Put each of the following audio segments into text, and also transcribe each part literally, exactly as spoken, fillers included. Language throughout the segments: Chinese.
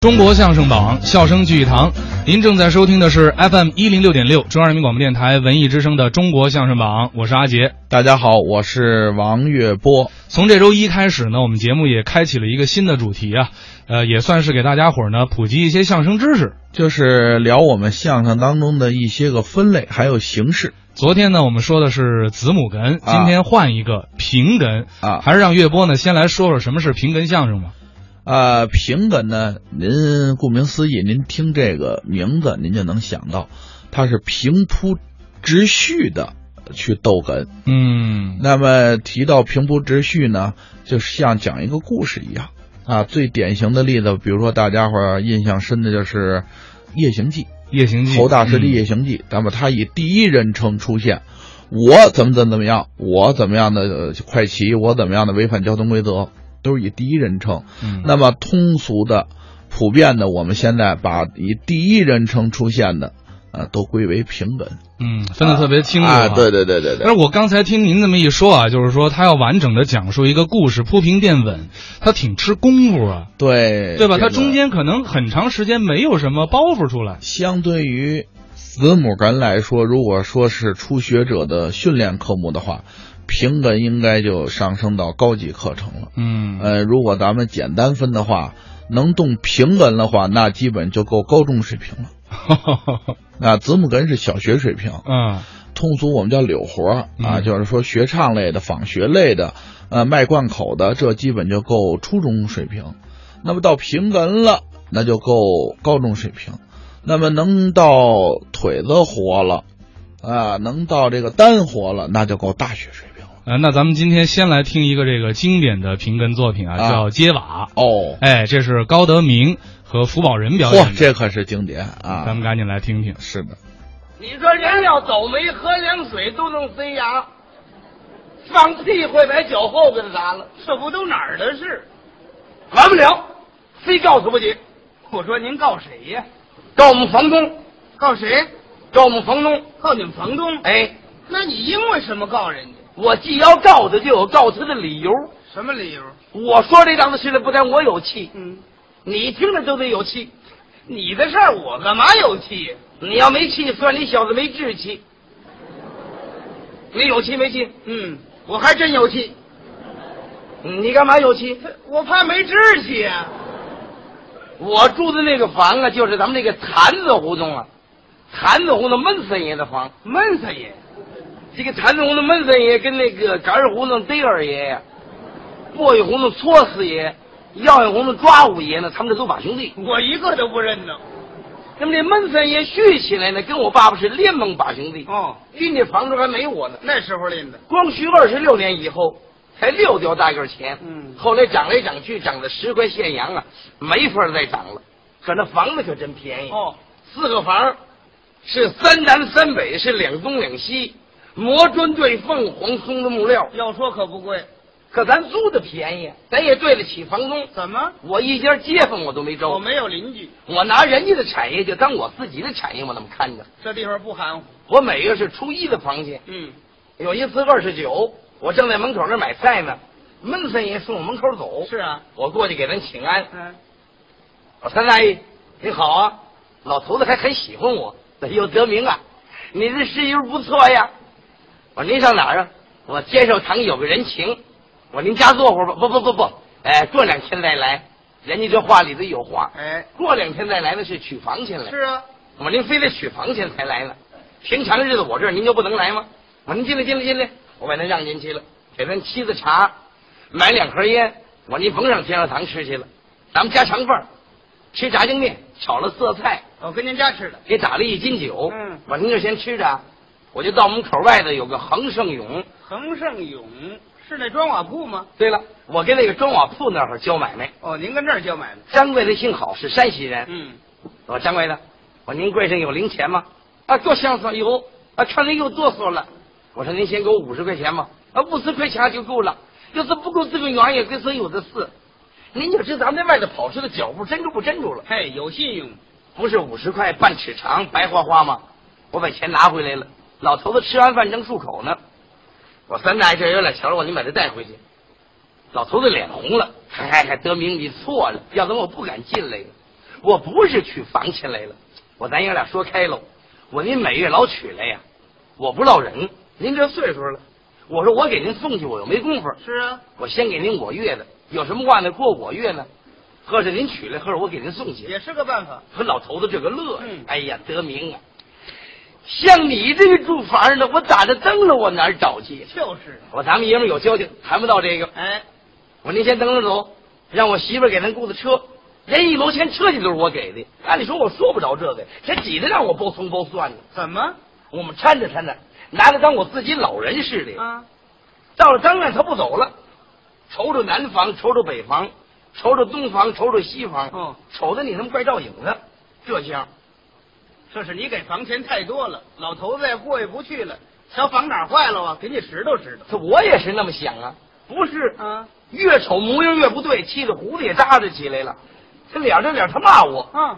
中国相声榜，笑声聚一堂。您正在收听的是 F M 一零六点六，中央人民广播电台文艺之声的中国相声榜。我是阿杰。 大家好，我是王月波。 从这周一开始呢，我们节目也开启了一个新的主题啊，呃，也算是给大家伙儿呢普及一些相声知识， 就是聊我们相声当中的一些个分类还有形式。 昨天呢，我们说的是子母哏，今天换一个平哏啊， 还是让月波呢先来说说什么是平哏相声吧。 呃，平哏呢，您顾名思义，您听这个名字，您就能想到，它是平铺直叙的去逗哏。 嗯， 那么提到平铺直叙呢，就像讲一个故事一样啊。最典型的例子，比如说大家伙儿印象深的就是《夜行记》，《 夜行记》 侯大师的《夜行记》，那么他以第一人称出现，我怎么怎么怎么样，我怎么样的快骑，我怎么样的违反交通规则。都是以第一人称， 嗯， 那么通俗的、普遍的，我们现在把以第一人称出现的，呃，都归为平哏， 嗯，分得特别清楚啊。对对对对对。 但是我刚才听您这么一说啊，就是说他要完整的讲述一个故事，铺平垫稳，他挺吃功夫啊。 对， 对吧？ 这个、 他中间可能很长时间没有什么包袱出来。 相对于子母哏来说，如果说是初学者的训练科目的话，平哏应该就上升到高级课程了。 嗯， 呃，如果咱们简单分的话，能动平哏的话，那基本就够高中水平了。那子母哏是小学水平， 嗯， 通俗我们叫柳活啊、 嗯， 就是说学唱类的、仿学类的、呃卖贯口的，这基本就够初中水平。那么到平哏了，那就够高中水平。那么能到腿子活了，啊，能到这个单活了，那就够大学水平。 呃，那咱们今天先来听一个这个经典的平哏作品啊， 啊叫《揭瓦》。 哦， 哎，这是高德明和福宝仁表演的。 嚯，这可是经典啊！ 咱们赶紧来听听。 是的。 你说人要走没喝凉水都能塞牙，放屁会把脚后给他砸了，这不都哪儿的事？完不了，非告诉不起。我说您告谁呀？告我们房东。告谁？告我们房东。告你们房东？哎，那你因为什么告人家？我既要告他，就有告他的理由。什么理由？我说这档子事来，不但我有气，嗯，你听着都得有气。你的事儿我干嘛有气呀？你要没气，算你小子没志气。你有气没气？嗯，我还真有气。你干嘛有气？我怕没志气呀。我住的那个房啊，就是咱们这个坛子胡同啊，坛子胡同闷三爷的房。闷三爷，这个坛子胡同闷三爷跟那个杆儿胡同逮二爷呀，簸箕胡同搓四爷，药业胡同抓五爷呢，他们这都把兄弟，我一个都不认呢。那么这闷三爷续起来呢，跟我爸爸是联盟把兄弟。哦，拎这房子还没我呢，那时候拎的，光续二十六年以后。才六吊大个钱，嗯，后来涨来涨去，涨到十块现洋啊，没法再涨了。可那房子可真便宜哦，四个房，是三南三北，是两东两西，磨砖对凤凰松的木料。要说可不贵，可咱租的便宜，咱也对得起房东。怎么？我一家街坊我都没招，我没有邻居，我拿人家的产业就当我自己的产业，我那么看着。这地方不含糊。我每个是初一的房钱，嗯，有一次二十九。我正在门口那买菜呢，闷三爷从我门口走。是啊，我过去给人请安。嗯，我说三大爷你好啊，老头子还很喜欢我。哎呦，德明啊，你这事由不错呀。我说您上哪儿啊？我接受堂有个人情。我说您家坐会儿吧。不不不不，哎，过两天再来。人家这话里头有话。哎，过两天再来那是取房钱来。是啊，我说您非得取房钱才来呢，平常日子我这儿您就不能来吗？我说您进来进来进来。我把他让进去了，给他沏的茶，买两盒烟。我说您甭上天上堂吃去了，咱们家常饭，吃炸酱面，炒了色菜。我跟您家吃的，给打了一斤酒。嗯，我说您就先吃着，我就到门口外头有个恒盛永。恒盛永是那砖瓦铺吗？对了，我跟那个砖瓦铺那儿交买卖。哦，您跟这儿交买卖？张贵的姓郝，是山西人。嗯，我说张贵的，我说您柜上有零钱吗？啊，多相思有啊，看您又哆嗦了。我说您先给我五十块钱吧，啊，五十块钱就够了。要是不够，这个原也归是有的是。您就知咱们在外头跑车的脚步真住不真住了？嘿，有信用，不是五十块半尺长，白花花吗？我把钱拿回来了。老头子吃完饭正漱口呢，我三大爷这有点瞧着我，你把他带回去。老头子脸红了，嗨嗨，德明你错了，要不然我不敢进来的。 我不是取房钱来了，我咱爷俩说开喽。我您每月老取来呀，我不落忍。您这岁数了，我说我给您送去，我又没工夫。 是啊， 我先给您我月的，有什么话呢？过我月呢？合着您取来，合着我给您送去， 也是个办法。 和老头子这个乐， 嗯， 哎呀，得名啊！像你这个住房的，我打着灯了，我哪儿找去？ 就是， 我咱们爷们有交情，谈不到这个。 哎， 我您先等等走，让我媳妇给咱雇的车，连一毛钱车钱都是我给的。按理说我说不着这个，这挤得让我包葱包蒜的。 怎么？ 我们搀着搀着，拿着当我自己老人似的。 啊， 到了当然他不走了，瞅瞅南房，瞅瞅北房，瞅瞅东房，瞅瞅西房， 哦， 瞅着你他妈怪照影子，这样。 这是你给房钱太多了，老头子也过意不去了。瞧房哪儿坏了啊，给你拾掇拾掇。 这我也是那么想啊，不是啊， 越瞅模样越不对，气得胡子也扎着起来了。这脸这脸，他骂我啊，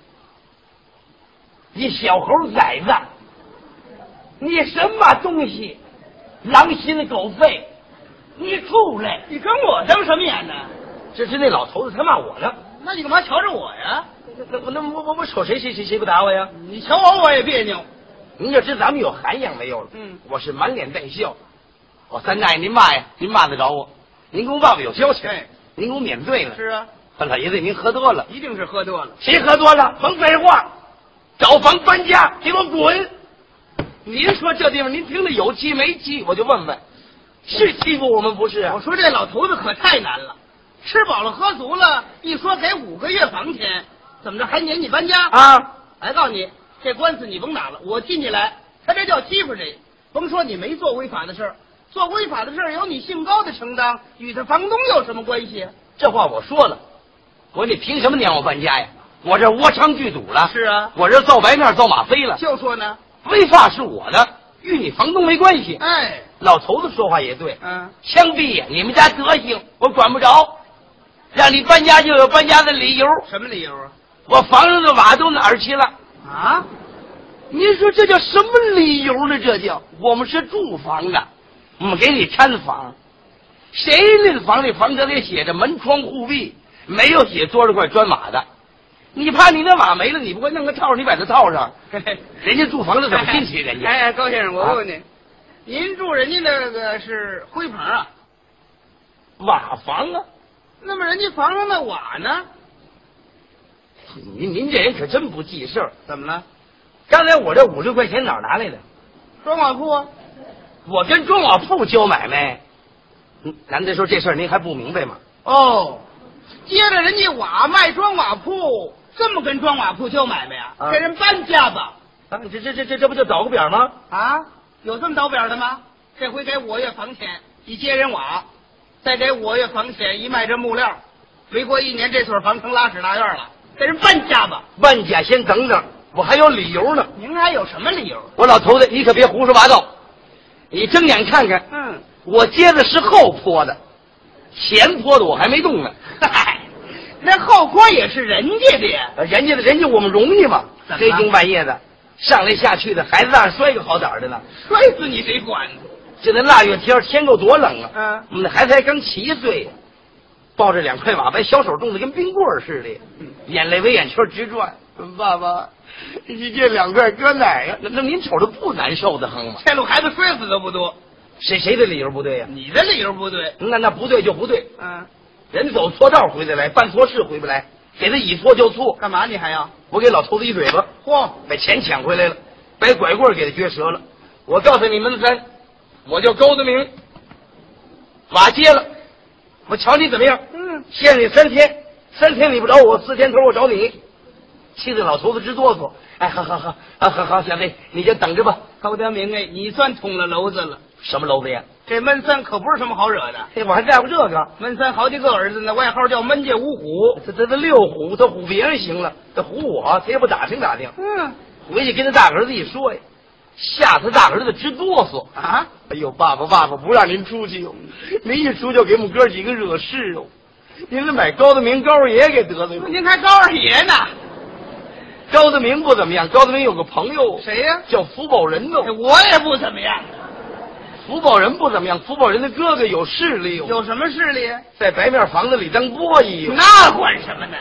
你小猴崽子，你什么东西，狼心狗肺，你出来！ 你跟我争什么眼呢？ 这是那老头子他骂我呢。 那你干嘛瞧着我呀？ 那那我我我瞅谁谁谁谁不打我呀？ 你瞧我我也别扭。 您就知咱们有涵养没有了？ 嗯， 我是满脸带笑。我三大爷您骂呀，您骂得着我？您跟我爸爸有交情，您给我免罪了。 是啊， 老爷子您喝多了， 一定是喝多了。 谁喝多了？甭废话，找房搬家，给我滚！您说这地方您听着有气没气？我就问问，是欺负我们不是啊？ 我说这老头子可太难了，吃饱了喝足了，一说给五个月房钱，怎么着还撵你搬家啊？ 来告诉你，这官司你甭打了，我替你来。他这叫欺负谁？甭说你没做违法的事儿，做违法的事儿由你姓高的承担，与他房东有什么关系？ 这话我说了，我说你凭什么撵我搬家呀？我这窝娼聚赌了。 是啊， 我这造白面造马飞了。 就说呢， 违法是我的，与你房东没关系。 哎， 老头子说话也对。 嗯， 枪毙呀！你们家德行我管不着，让你搬家就有搬家的理由。 什么理由啊？ 我房上的瓦都哪儿去了？ 啊？ 您说这叫什么理由呢？这叫我们是住房的，我们给你掺房。谁那房里房车里写着门窗户壁，没有写桌子块砖瓦的。你怕你那瓦没了，你不会弄个套，你把它套上。人家住房子怎么进去？人家哎哎，高先生，我问问你，啊、您住人家那个是灰棚啊？ 瓦房啊？ 那么人家房上的瓦呢？ 您您这人可真不记事儿。 怎么了？ 刚才我这五十块钱哪儿拿来的？ 装瓦铺啊！ 我跟装瓦铺交买卖。嗯，咱这说这事儿您还不明白吗？ 哦，接着人家瓦卖装瓦铺，这么跟装瓦铺交买卖啊？ 啊给人搬家吧？ 啊，这这这这这不就倒个表吗？ 啊，有这么倒表的吗？这回给我月房钱，一接人瓦，再给我月房钱，一卖这木料，没过一年，这所房成拉屎大院了，给人搬家吧？ 搬家先等等，我还有理由呢。 您还有什么理由？ 我老头子，你可别胡说八道，你睁眼看看。 嗯， 我接的是后坡的，前坡的我还没动呢。 嗨，那后坡也是人家的呀， 人家的人家我们容易吗？ 怎么黑更半夜的，上来下去的，孩子让摔个好点儿的呢。 摔死你谁管呢？ 这那腊月天天够多冷啊！ 嗯， 我们那孩子才刚七岁，抱着两块瓦白，小手冻得跟冰棍儿似的， 嗯、 眼泪围眼圈直转。爸爸，你这两块搁哪呀？那那您瞅着不难受的很吗？ 这路孩子摔死的不多， 谁谁的理由不对呀、啊？ 你的理由不对。 那那不对就不对。 嗯， 人走错道回得来，办错事回不来，给他以错就错。 干嘛你还要？ 我给老头子一嘴巴， 嚯， 把钱抢回来了，把拐棍给他撅折了。我告诉你们三，我叫高德明，瓦接了，我瞧你怎么样？ 嗯， 限你三天，三天你不找我，四天头我找你。气得老头子直哆嗦。哎，好好好，好好好，小子，你就等着吧。 高德明哎，你算捅了娄子了。 什么娄子呀？ 这闷三可不是什么好惹的。 嘿，我还在乎这个。 闷三好几个儿子呢，外号叫闷界五虎。 这这这六虎，他唬别人行了，他唬我，他也不打听打听。 嗯， 回去跟他大儿子一说呀，吓他大儿子直哆嗦啊！ 哎呦，爸爸爸爸，不让您出去哟，您一出就给我们哥几个惹事哦。您得买高德明高二爷给得罪了。 您还高二爷呢？ 高德明不怎么样，高德明有个朋友， 谁呀？ 叫福宝仁哦。 我也不怎么样。 福宝仁不怎么样，福宝仁的哥哥有势力哦。 有什么势力？ 在白面房子里当波衣哦。 那管什么呢？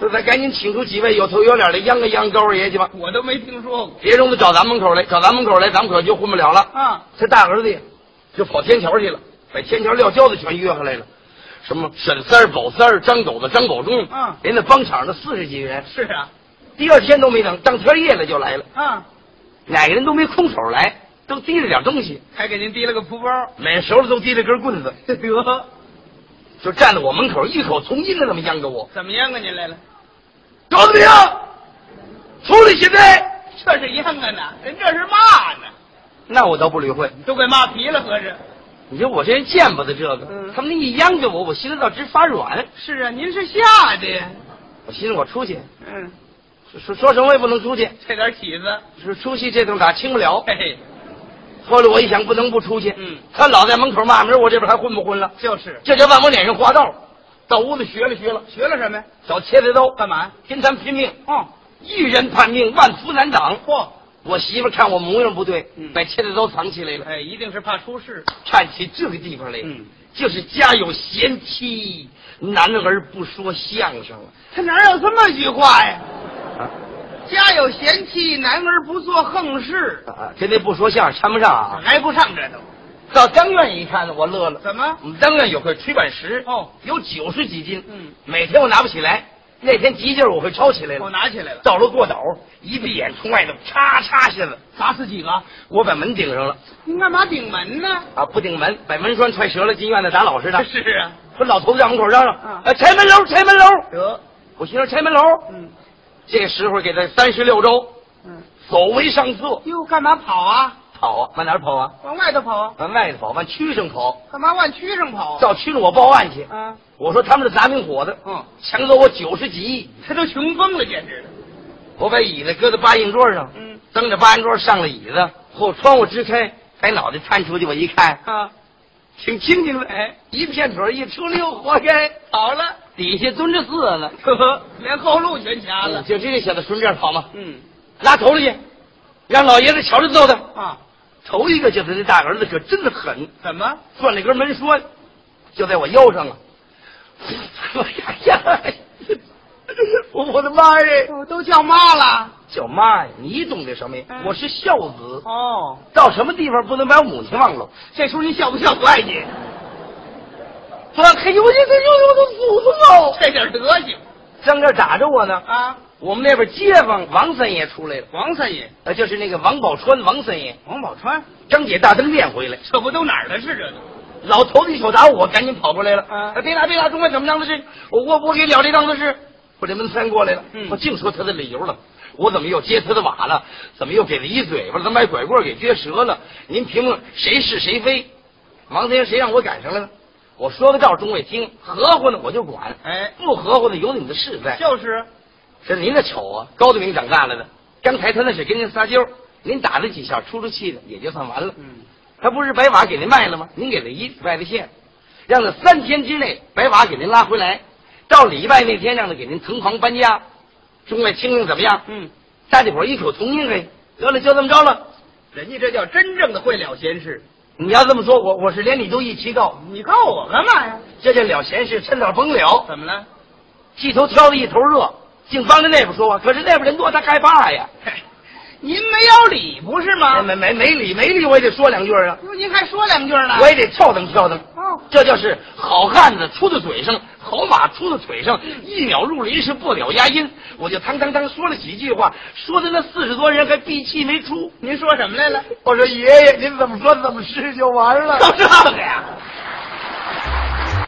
这咱赶紧请出几位有头有脸的秧歌秧高二爷去吧。 我都没听说过。 别容他找咱门口来，找咱门口来，咱们可就混不了了。 啊， 他大儿子呀，就跑天桥去了，把天桥撂跤的全约回来了。什么沈三儿、宝三儿、张狗子、张狗忠， 嗯， 连那帮场的四十几个人。 是啊， 第二天都没等，当天夜了就来了。 啊， 哪个人都没空手来，都提着点东西， 还给您提了个蒲包。 每人手里都提着根棍子， 得， 就站在我门口，异口同音的那么央着我。 怎么样啊？您来了？ 找怎么样？出来！现在这是秧歌呢，人这是骂呢。 那我倒不理会， 都给骂皮了，合着。 你说我这人见不得这个， 嗯他们那一央着我，我心里倒直发软。 是啊，您是吓的呀。 我寻思我出去， 嗯， 说说什么也不能出去， 这点起子， 是出去这顿打轻不了。 嘿嘿， 后来我一想，不能不出去。 嗯， 他老在门口骂名，我这边还混不混了？ 就是这就往我脸上划道。到屋子学了学了， 学了什么呀？ 找切菜刀干嘛？ 跟咱拼命。 哦， 一人叛命，万夫难挡。 嚯， 我媳妇看我模样不对， 嗯把切菜刀藏起来了。 哎，一定是怕出事。 看起这个地方来， 嗯， 就是家有贤妻，男儿不说相声了。 他哪有这么句话呀？ 啊家有贤妻，男儿不做横事， 啊，这那不说相声掺不上啊。 挨不上这都。 到当院一看呢，我乐了。 怎么？ 我们当院有块炊板石， 哦， 有九十几斤。 嗯， 每天我拿不起来，那天急劲儿我会抄起来了。 我拿起来了， 到了过斗，一闭眼从外头嚓嚓下来， 砸死几个？ 我把门顶上了。 您干嘛顶门呢？ 啊，不顶门，把门栓踹折了，进院子打老实的。 是啊， 说老头子在门口嚷嚷， 嗯呃，拆门楼，拆门楼。 得， 我心说拆门楼。 嗯这时候给他三十六周， 嗯， 走为上策。 哟，干嘛跑啊？ 跑啊，往哪儿跑啊？ 往外头跑啊？ 往外头跑，往区上跑。 干嘛往区上跑？ 到区上我报案去。 啊， 我说他们是杂兵伙子， 嗯， 抢走我九十几亿。 他都穷疯了，简直的。 我把椅子搁在八印桌上， 嗯， 蹬着八印桌上了椅子，后窗户支开，把脑袋探出去，我一看， 啊， 挺清静的， 哎， 一片腿一出溜，活该。 好了， 底下蹲着四呢， 呵呵，连后路全掐了。 就这个小子顺便跑嘛， 嗯， 拉头里去，让老爷子瞧着揍他。 啊， 头一个就是这大儿子，可真的狠， 怎么？ 攥了根门栓，就在我腰上了。哎呀，我我的妈呀！ 哦，都叫妈了。 叫妈呀！你懂得什么呀？ 嗯我是孝子， 哦， 到什么地方不能把我母亲忘了？ 这时候您孝不孝不爱你？ 说嘿呦，这这呦呦的祖宗哦！ 这点德行正这打着我呢， 啊！ 我们那边街坊王三爷出来了， 王三爷， 呃，就是那个王宝钏王三爷， 王宝钏， 张姐大灯店回来， 这不都哪儿的事？这都老头子一手打我，赶紧跑过来了。 啊别打别打，中外怎么当的事？我我我给了这当的事。我这门三过来了， 嗯我净说他的理由了。我怎么又揭他的瓦了？怎么又给他一嘴巴？怎么把拐棍给撅折了？您评论谁是谁非？王先生谁让我赶上来了？我说个道，众位听，合乎呢我就管， 哎， 不合乎呢有你们的事在。 就是这您那瞅啊，高德明长大了的，刚才他那是跟您撒娇，您打他几下出出气的也就算完了。 嗯， 他不是把瓦给您卖了吗？您给他一礼拜的线，让他三天之内把瓦给您拉回来，到礼拜那天让他给您腾房搬家。众位听听怎么样？ 嗯， 大家伙一口同音嘿，得了，就这么着了。 人家这叫真正的会了闲事。 你要这么说，我我是连你都一起告， 你告我干嘛呀？ 这叫了闲事，趁早甭了。 怎么了？ 气头挑的一头热，净帮着那边说话，可是那边人多，他害怕呀。 嘿，您没有理不是吗？ 没没没理没理，我也得说两句啊， 哟，您还说两句呢？ 我也得跳腾跳腾。 哦， 这就是好汉子出在嘴上，好马出在腿上，一秒入林是不了牙音。我就当当当说了几句话，说的那四十多人还闭气没出。 您说什么来了？ 我说爷爷，您怎么说怎么是就完了。 就这个呀？